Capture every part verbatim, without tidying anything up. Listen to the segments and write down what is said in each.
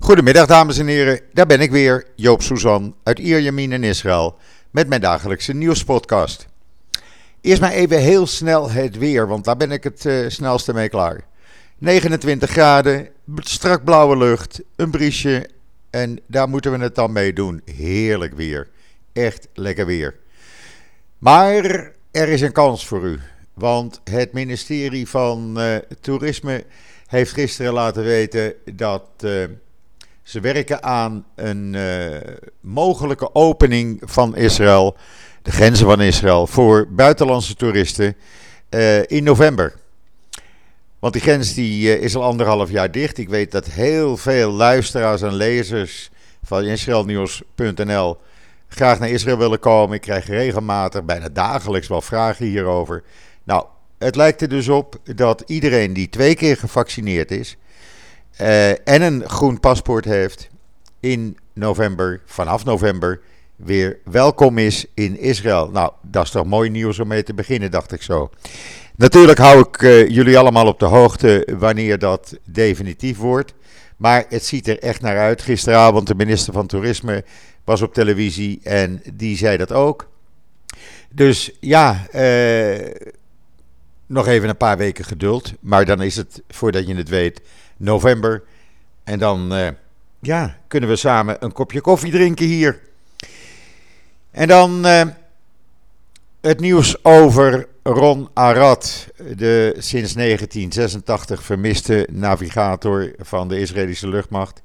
Goedemiddag dames en heren, daar ben ik weer, Joop Suzan uit Ierjemien in Israël met mijn dagelijkse nieuwspodcast. Eerst maar even heel snel het weer, want daar ben ik het uh, snelste mee klaar. negenentwintig graden, strak blauwe lucht, een briesje en daar moeten we het dan mee doen. Heerlijk weer, echt lekker weer. Maar er is een kans voor u, want het ministerie van uh, Toerisme heeft gisteren laten weten dat uh, ze werken aan een uh, mogelijke opening van Israël, de grenzen van Israël, voor buitenlandse toeristen uh, in november. Want die grens die, uh, is al anderhalf jaar dicht. Ik weet dat heel veel luisteraars en lezers van Israelnieuws punt n l graag naar Israël willen komen. Ik krijg regelmatig, bijna dagelijks wel vragen hierover. Nou, het lijkt er dus op dat iedereen die twee keer gevaccineerd is uh, en een groen paspoort heeft in november, vanaf november, weer welkom is in Israël. Nou, dat is toch mooi nieuws om mee te beginnen, dacht ik zo. Natuurlijk hou ik uh, jullie allemaal op de hoogte wanneer dat definitief wordt. Maar het ziet er echt naar uit. Gisteravond de minister van Toerisme was op televisie en die zei dat ook. Dus ja, uh, nog even een paar weken geduld. Maar dan is het, voordat je het weet, november. En dan uh, ja, kunnen we samen een kopje koffie drinken hier. En dan uh, het nieuws over Ron Arad, de sinds negentien zesentachtig vermiste navigator van de Israëlische luchtmacht.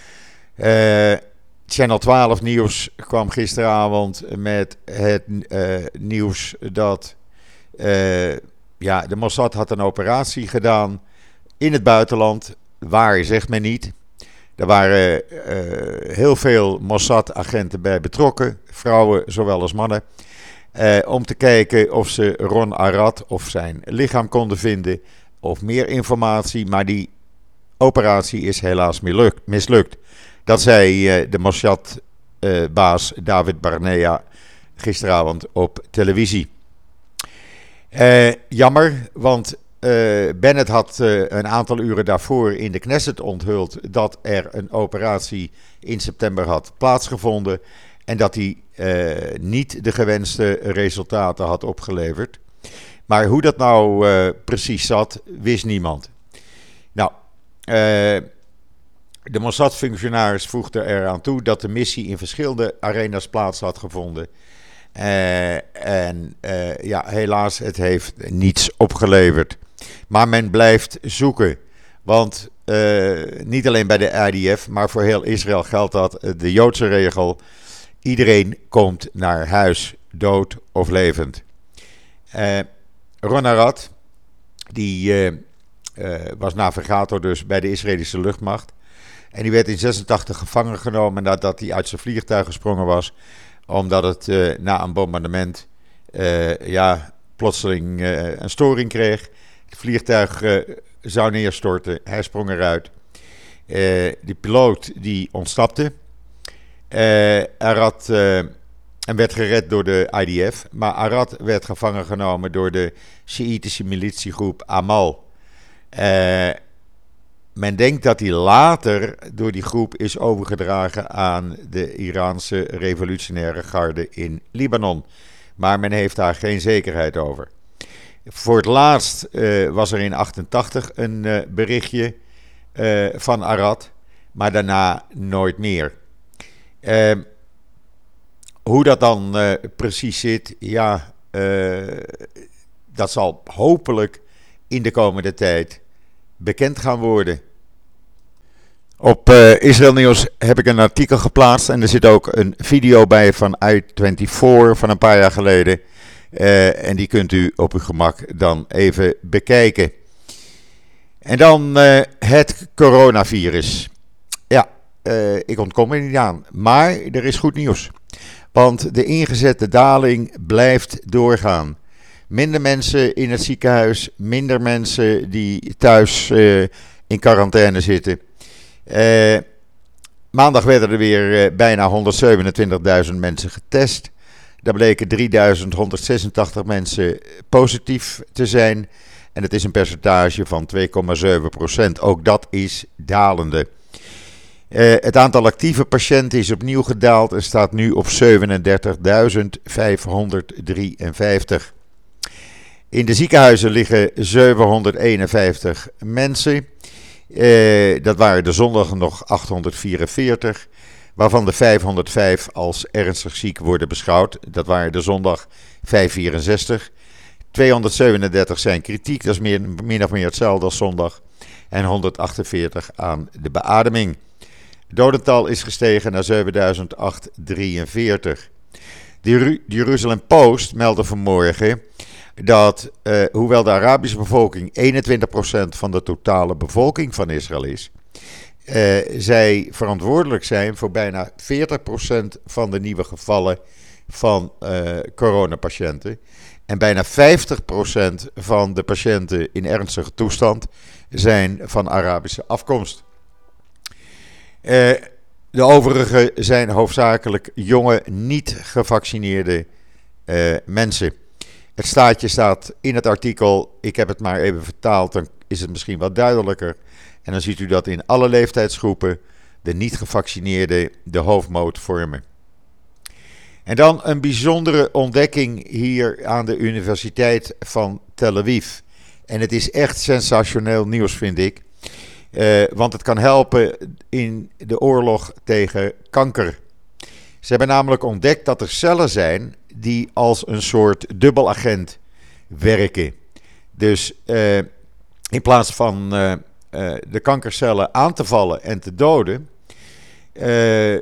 Uh, Channel twaalf Nieuws kwam gisteravond met het uh, nieuws dat uh, ja, de Mossad had een operatie gedaan in het buitenland. Waar, zegt men niet. Er waren uh, heel veel Mossad-agenten bij betrokken, vrouwen zowel als mannen. Uh, om te kijken of ze Ron Arad of zijn lichaam konden vinden of meer informatie. Maar die operatie is helaas mislukt. Dat zei uh, de Mossad-baas uh, David Barnea gisteravond op televisie. Uh, jammer, want uh, Bennett had uh, een aantal uren daarvoor in de Knesset onthuld dat er een operatie in september had plaatsgevonden. En dat hij uh, niet de gewenste resultaten had opgeleverd. Maar hoe dat nou uh, precies zat, wist niemand. Nou, uh, de Mossad-functionaris voegde eraan toe dat de missie in verschillende arena's plaats had gevonden. Uh, en uh, ja, helaas, het heeft niets opgeleverd. Maar men blijft zoeken. Want uh, niet alleen bij de I D F, maar voor heel Israël geldt dat uh, de Joodse regel: iedereen komt naar huis, dood of levend. Uh, Ron Arad, die uh, uh, was navigator dus bij de Israëlische luchtmacht. En die werd in zesentachtig gevangen genomen nadat hij uit zijn vliegtuig gesprongen was. Omdat het uh, na een bombardement uh, ja, plotseling uh, een storing kreeg. Het vliegtuig uh, zou neerstorten, hij sprong eruit. Uh, de piloot die ontsnapte. Uh, Arad uh, en werd gered door de I D F, maar Arad werd gevangen genomen door de Sjiïtische militiegroep Amal. Uh, men denkt dat hij later door die groep is overgedragen aan de Iraanse revolutionaire garde in Libanon. Maar men heeft daar geen zekerheid over. Voor het laatst uh, was er in achtentachtig een uh, berichtje uh, van Arad, maar daarna nooit meer. Uh, hoe dat dan uh, precies zit, ja, uh, dat zal hopelijk in de komende tijd bekend gaan worden. Op uh, Israël Nieuws heb ik een artikel geplaatst en er zit ook een video bij van I vierentwintig van een paar jaar geleden. Uh, en die kunt u op uw gemak dan even bekijken. En dan uh, het coronavirus. Ja. Uh, ik ontkom er niet aan. Maar er is goed nieuws. Want de ingezette daling blijft doorgaan. Minder mensen in het ziekenhuis. Minder mensen die thuis uh, in quarantaine zitten. Uh, maandag werden er weer uh, bijna honderdzevenentwintigduizend mensen getest. Daar bleken drieduizend honderdzesentachtig mensen positief te zijn. En het is een percentage van twee komma zeven procent. Ook dat is dalende. Uh, het aantal actieve patiënten is opnieuw gedaald en staat nu op zevenendertigduizend vijfhonderddrieënvijftig. In de ziekenhuizen liggen zevenhonderdeenenvijftig mensen. Uh, dat waren de zondag nog achthonderdvierenveertig. Waarvan de vijfhonderdvijf als ernstig ziek worden beschouwd. Dat waren de zondag vijfhonderdvierenzestig. tweehonderdzevenendertig zijn kritiek, dat is meer, min of meer hetzelfde als zondag. En honderdachtenveertig aan de beademing. Het dodental is gestegen naar zevenduizend achthonderddrieënveertig. De Jeruzalem Post meldde vanmorgen dat, uh, hoewel de Arabische bevolking eenentwintig procent van de totale bevolking van Israël is, uh, zij verantwoordelijk zijn voor bijna veertig procent van de nieuwe gevallen van uh, coronapatiënten. En bijna vijftig procent van de patiënten in ernstige toestand zijn van Arabische afkomst. Uh, de overige zijn hoofdzakelijk jonge, niet gevaccineerde uh, mensen. Het staatje staat in het artikel, ik heb het maar even vertaald, dan is het misschien wat duidelijker. En dan ziet u dat in alle leeftijdsgroepen de niet gevaccineerden de hoofdmoot vormen. En dan een bijzondere ontdekking hier aan de Universiteit van Tel Aviv. En het is echt sensationeel nieuws, vind ik. Uh, want het kan helpen in de oorlog tegen kanker. Ze hebben namelijk ontdekt dat er cellen zijn die als een soort dubbelagent werken. Dus uh, in plaats van uh, uh, de kankercellen aan te vallen en te doden, uh,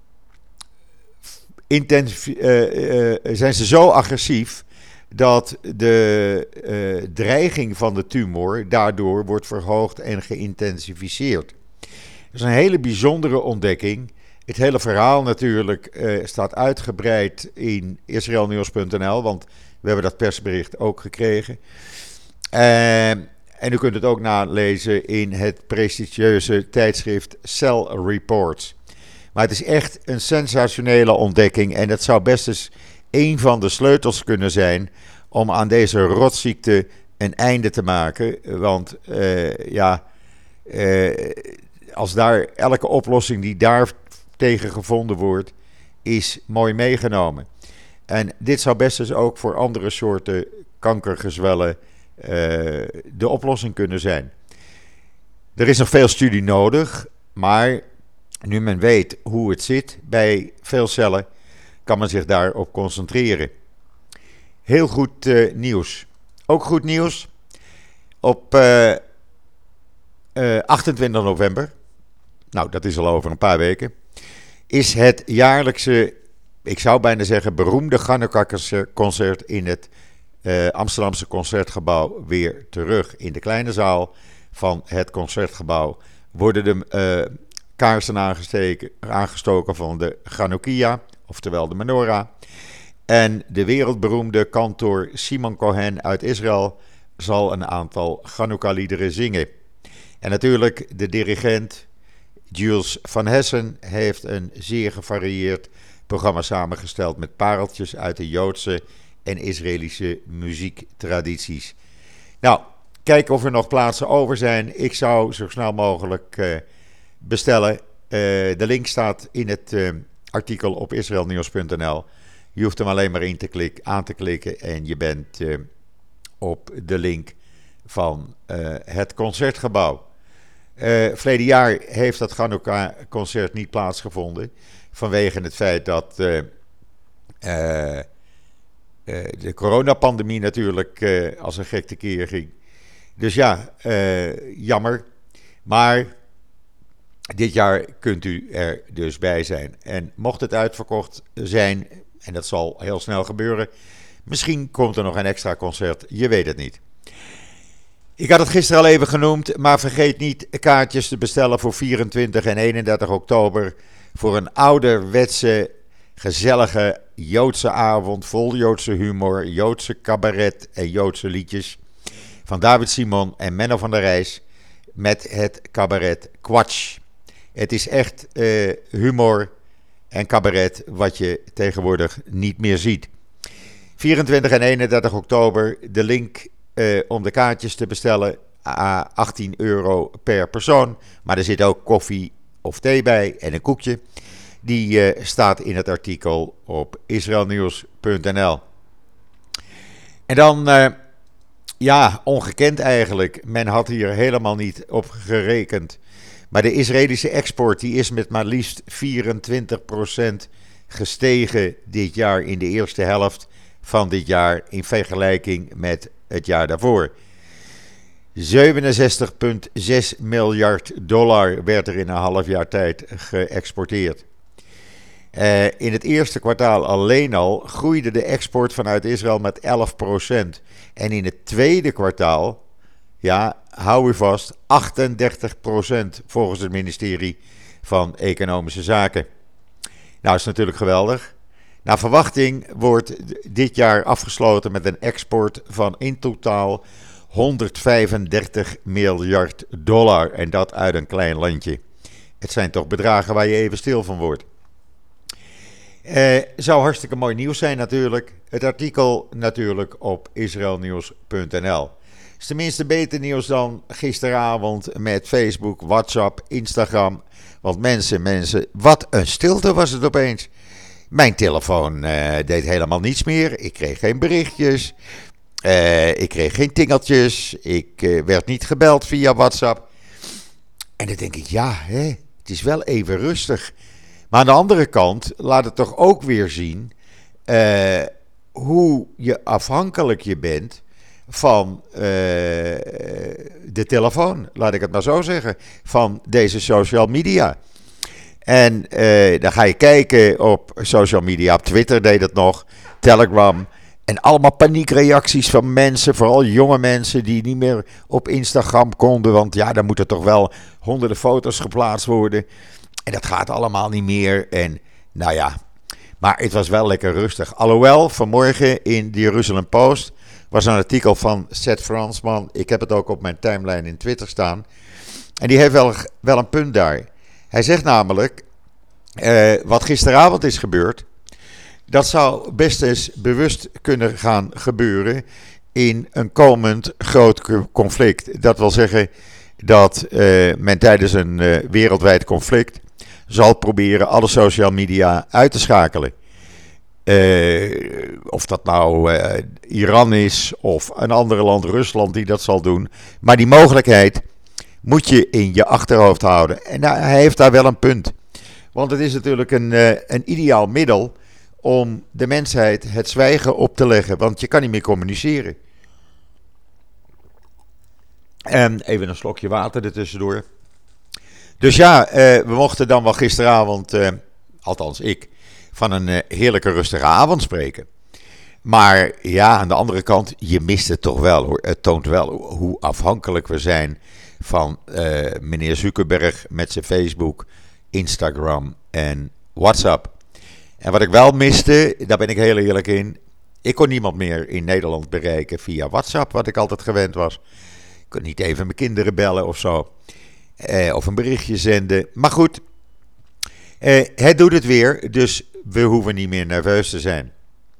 intensief, uh, uh, zijn ze zo agressief dat de uh, dreiging van de tumor daardoor wordt verhoogd en geïntensificeerd. Dat is een hele bijzondere ontdekking. Het hele verhaal natuurlijk uh, staat uitgebreid in israelnieuws punt n l, want we hebben dat persbericht ook gekregen. Uh, en u kunt het ook nalezen in het prestigieuze tijdschrift Cell Reports. Maar het is echt een sensationele ontdekking en het zou best eens een van de sleutels kunnen zijn om aan deze rotziekte een einde te maken. Want uh, ja, uh, als daar elke oplossing die daar tegen gevonden wordt, is mooi meegenomen. En dit zou best eens ook voor andere soorten kankergezwellen uh, de oplossing kunnen zijn. Er is nog veel studie nodig, maar nu men weet hoe het zit bij veel cellen, kan men zich daarop concentreren. Heel goed uh, nieuws. Ook goed nieuws. Op uh, uh, achtentwintig november, nou dat is al over een paar weken, is het jaarlijkse, ik zou bijna zeggen beroemde Chanukka-concert in het uh, Amsterdamse Concertgebouw weer terug. In de kleine zaal van het Concertgebouw worden de uh, kaarsen aangestoken van de Chanukkia, oftewel de menorah. En de wereldberoemde kantor Simon Cohen uit Israël zal een aantal Chanukka-liederen zingen. En natuurlijk de dirigent Jules van Hessen heeft een zeer gevarieerd programma samengesteld met pareltjes uit de Joodse en Israëlische muziektradities. Nou, kijken of er nog plaatsen over zijn. Ik zou zo snel mogelijk uh, bestellen. Uh, de link staat in het uh, artikel op israelnieuws punt n l. Je hoeft hem alleen maar in te klik, aan te klikken en je bent uh, op de link van uh, het Concertgebouw. Uh, verleden jaar heeft dat Chanukka-concert niet plaatsgevonden vanwege het feit dat uh, uh, uh, de coronapandemie natuurlijk uh, als een gek tekeer ging. Dus ja, uh, jammer. Maar dit jaar kunt u er dus bij zijn. En mocht het uitverkocht zijn, en dat zal heel snel gebeuren, misschien komt er nog een extra concert, je weet het niet. Ik had het gisteren al even genoemd, maar vergeet niet kaartjes te bestellen voor vierentwintig en eenendertig oktober voor een ouderwetse, gezellige Joodse avond vol Joodse humor, Joodse cabaret en Joodse liedjes van David Simon en Menno van der Rijs met het cabaret Quatsch. Het is echt uh, humor en cabaret wat je tegenwoordig niet meer ziet. vierentwintig en eenendertig oktober, de link uh, om de kaartjes te bestellen, achttien euro per persoon. Maar er zit ook koffie of thee bij en een koekje. Die uh, staat in het artikel op israelnieuws punt n l. En dan, uh, ja, ongekend eigenlijk. Men had hier helemaal niet op gerekend. Maar de Israëlische export die is met maar liefst vierentwintig procent gestegen dit jaar in de eerste helft van dit jaar in vergelijking met het jaar daarvoor. zevenenzestig komma zes miljard dollar werd er in een half jaar tijd geëxporteerd. Uh, in het eerste kwartaal alleen al groeide de export vanuit Israël met elf procent. En in het tweede kwartaal, ja, hou u vast, achtendertig procent volgens het ministerie van Economische Zaken. Nou, is natuurlijk geweldig. Naar verwachting wordt dit jaar afgesloten met een export van in totaal honderdvijfendertig miljard dollar. En dat uit een klein landje. Het zijn toch bedragen waar je even stil van wordt. Uh, zou hartstikke mooi nieuws zijn natuurlijk. Het artikel natuurlijk op israelnieuws punt n l. Is tenminste beter nieuws dan gisteravond met Facebook, WhatsApp, Instagram. Want mensen, mensen, wat een stilte was het opeens. Mijn telefoon uh, deed helemaal niets meer. Ik kreeg geen berichtjes. Uh, ik kreeg geen tingeltjes. Ik uh, werd niet gebeld via WhatsApp. En dan denk ik, ja, hè, het is wel even rustig. Maar aan de andere kant laat het toch ook weer zien uh, hoe je afhankelijk je bent van uh, de telefoon, laat ik het maar zo zeggen, van deze social media. En uh, dan ga je kijken op social media, op Twitter deed het nog, Telegram, en allemaal paniekreacties van mensen, vooral jonge mensen die niet meer op Instagram konden, want ja, daar moeten toch wel honderden foto's geplaatst worden. En dat gaat allemaal niet meer. En nou ja, maar het was wel lekker rustig. Alhoewel, vanmorgen in de Jerusalem Post was een artikel van Seth Fransman. Ik heb het ook op mijn timeline in Twitter staan. En die heeft wel, wel een punt daar. Hij zegt namelijk, uh, wat gisteravond is gebeurd, dat zou best eens bewust kunnen gaan gebeuren in een komend groot conflict. Dat wil zeggen dat uh, men tijdens een uh, wereldwijd conflict zal proberen alle social media uit te schakelen. Uh, of dat nou uh, Iran is of een ander land, Rusland, die dat zal doen. Maar die mogelijkheid moet je in je achterhoofd houden. En nou, hij heeft daar wel een punt. Want het is natuurlijk een, uh, een ideaal middel om de mensheid het zwijgen op te leggen. Want je kan niet meer communiceren. En even een slokje water ertussendoor. Dus ja, uh, we mochten dan wel gisteravond, uh, althans ik, van een uh, heerlijke rustige avond spreken. Maar ja, aan de andere kant, je mist het toch wel hoor. Het toont wel hoe afhankelijk we zijn van uh, meneer Zuckerberg met zijn Facebook, Instagram en WhatsApp. En wat ik wel miste, daar ben ik heel eerlijk in, ik kon niemand meer in Nederland bereiken via WhatsApp, wat ik altijd gewend was. Ik kon niet even mijn kinderen bellen of zo. Uh, of een berichtje zenden. Maar goed, uh, het doet het weer, dus we hoeven niet meer nerveus te zijn.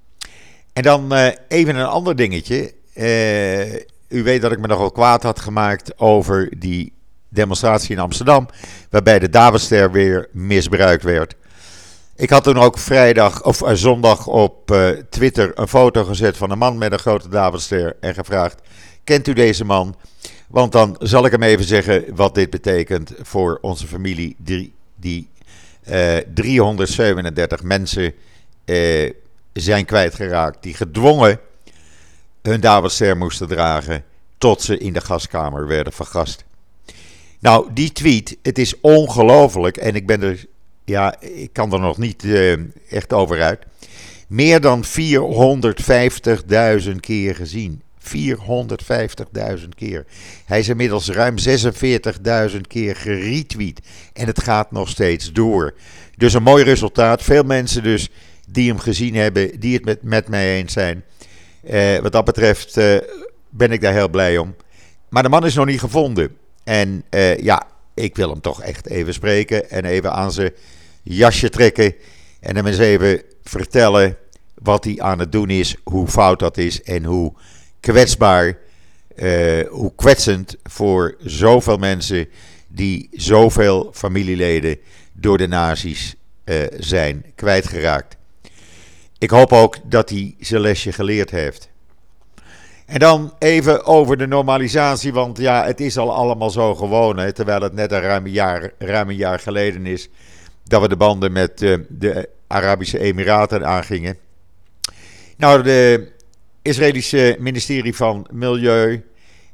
En dan uh, even een ander dingetje. Uh, u weet dat ik me nogal kwaad had gemaakt over die demonstratie in Amsterdam, waarbij de Davidster weer misbruikt werd. Ik had toen ook vrijdag of uh, zondag op uh, Twitter een foto gezet van een man met een grote Davidster en gevraagd: kent u deze man? Want dan zal ik hem even zeggen wat dit betekent voor onze familie, die, die uh, driehonderdzevenendertig mensen uh, zijn kwijtgeraakt, die gedwongen hun Davidster moesten dragen tot ze in de gaskamer werden vergast. Nou, die tweet, het is ongelooflijk en ik ben er, ja, ik kan er nog niet uh, echt over uit, meer dan vierhonderdvijftigduizend keer gezien. vierhonderdvijftigduizend keer. Hij is inmiddels ruim zesenveertigduizend keer geretweet. En het gaat nog steeds door. Dus een mooi resultaat. Veel mensen dus die hem gezien hebben, die het met, met mij eens zijn. Uh, wat dat betreft uh, ben ik daar heel blij om. Maar de man is nog niet gevonden. En uh, ja, ik wil hem toch echt even spreken en even aan zijn jasje trekken. En hem eens even vertellen wat hij aan het doen is, hoe fout dat is en hoe kwetsbaar, uh, hoe kwetsend voor zoveel mensen die zoveel familieleden door de nazi's uh, zijn kwijtgeraakt. Ik hoop ook dat hij zijn lesje geleerd heeft. En dan even over de normalisatie, want ja, het is al allemaal zo gewoon, hè, terwijl het net een ruim een jaar, ruim een jaar geleden is dat we de banden met uh, de Arabische Emiraten aangingen. Nou, de Israëlische ministerie van Milieu uh,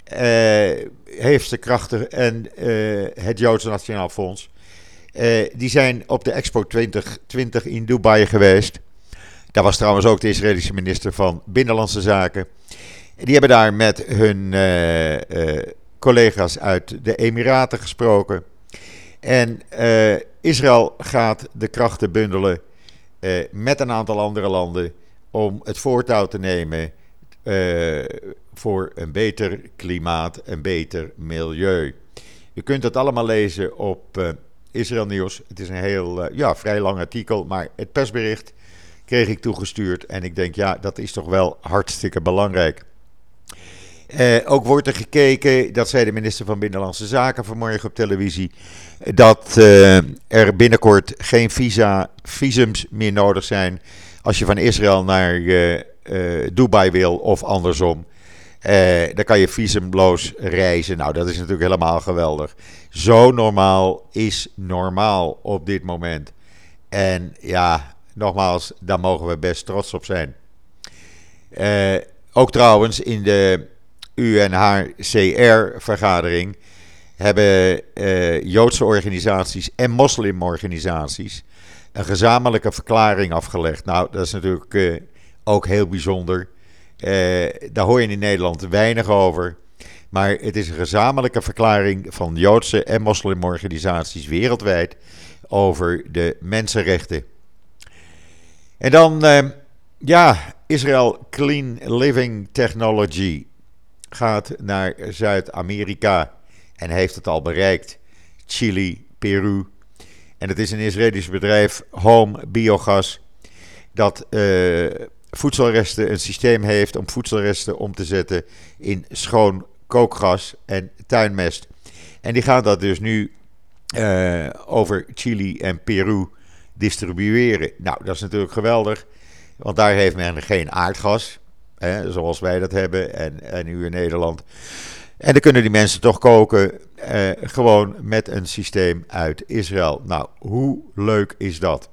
heeft de krachten en uh, het Joodse Nationaal Fonds, uh, die zijn op de Expo twintig twintig in Dubai geweest. Daar was trouwens ook de Israëlische minister van Binnenlandse Zaken. Die hebben daar met hun uh, uh, collega's uit de Emiraten gesproken. En uh, Israël gaat de krachten bundelen uh, met een aantal andere landen om het voortouw te nemen uh, voor een beter klimaat, een beter milieu. Je kunt het allemaal lezen op uh, Israël Nieuws. Het is een heel, uh, ja, vrij lang artikel, maar het persbericht kreeg ik toegestuurd. En ik denk, ja, dat is toch wel hartstikke belangrijk. Uh, ook wordt er gekeken, dat zei de minister van Binnenlandse Zaken vanmorgen op televisie, dat uh, er binnenkort geen visa, visums meer nodig zijn als je van Israël naar uh, uh, Dubai wil of andersom. Uh, dan kan je visumloos reizen. Nou, dat is natuurlijk helemaal geweldig. Zo normaal is normaal op dit moment. En ja, nogmaals, daar mogen we best trots op zijn. Uh, ook trouwens in de U N H C R-vergadering hebben uh, Joodse organisaties en moslimorganisaties een gezamenlijke verklaring afgelegd. Nou, dat is natuurlijk uh, ook heel bijzonder. Uh, daar hoor je in Nederland weinig over. Maar het is een gezamenlijke verklaring van Joodse en moslimorganisaties wereldwijd over de mensenrechten. En dan, uh, ja, Israel Clean Living Technology gaat naar Zuid-Amerika en heeft het al bereikt. Chili, Peru. En het is een Israëlisch bedrijf, Home Biogas, dat uh, voedselresten, een systeem heeft om voedselresten om te zetten in schoon kookgas en tuinmest. En die gaan dat dus nu uh, over Chili en Peru distribueren. Nou, dat is natuurlijk geweldig, want daar heeft men geen aardgas, hè, zoals wij dat hebben en, en nu in Nederland. En dan kunnen die mensen toch koken, eh, gewoon met een systeem uit Israël. Nou, hoe leuk is dat?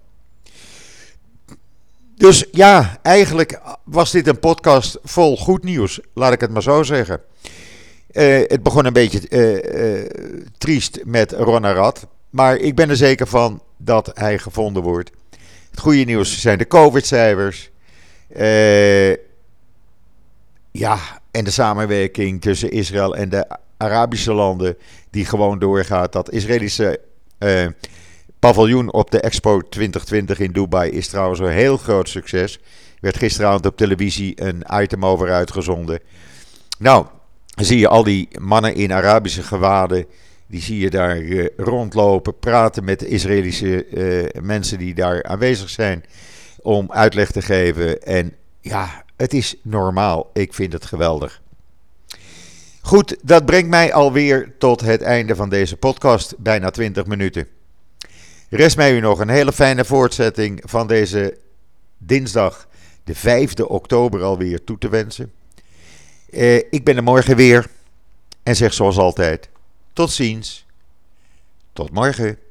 Dus ja, eigenlijk was dit een podcast vol goed nieuws, laat ik het maar zo zeggen. Uh, het begon een beetje uh, uh, triest met Ron Arad, maar ik ben er zeker van dat hij gevonden wordt. Het goede nieuws zijn de COVID-cijfers. Uh, ja, en de samenwerking tussen Israël en de Arabische landen die gewoon doorgaat. Dat Israëlische uh, paviljoen op de Expo twintig twintig in Dubai is trouwens een heel groot succes. Er werd gisteravond op televisie een item over uitgezonden. Nou, dan zie je al die mannen in Arabische gewaden, die zie je daar uh, rondlopen, praten met de Israëlische uh, mensen die daar aanwezig zijn om uitleg te geven. En ja, het is normaal. Ik vind het geweldig. Goed, dat brengt mij alweer tot het einde van deze podcast, bijna twintig minuten. Rest mij u nog een hele fijne voortzetting van deze dinsdag, de vijfde oktober alweer toe te wensen. Uh, ik ben er morgen weer en zeg zoals altijd, tot ziens, tot morgen.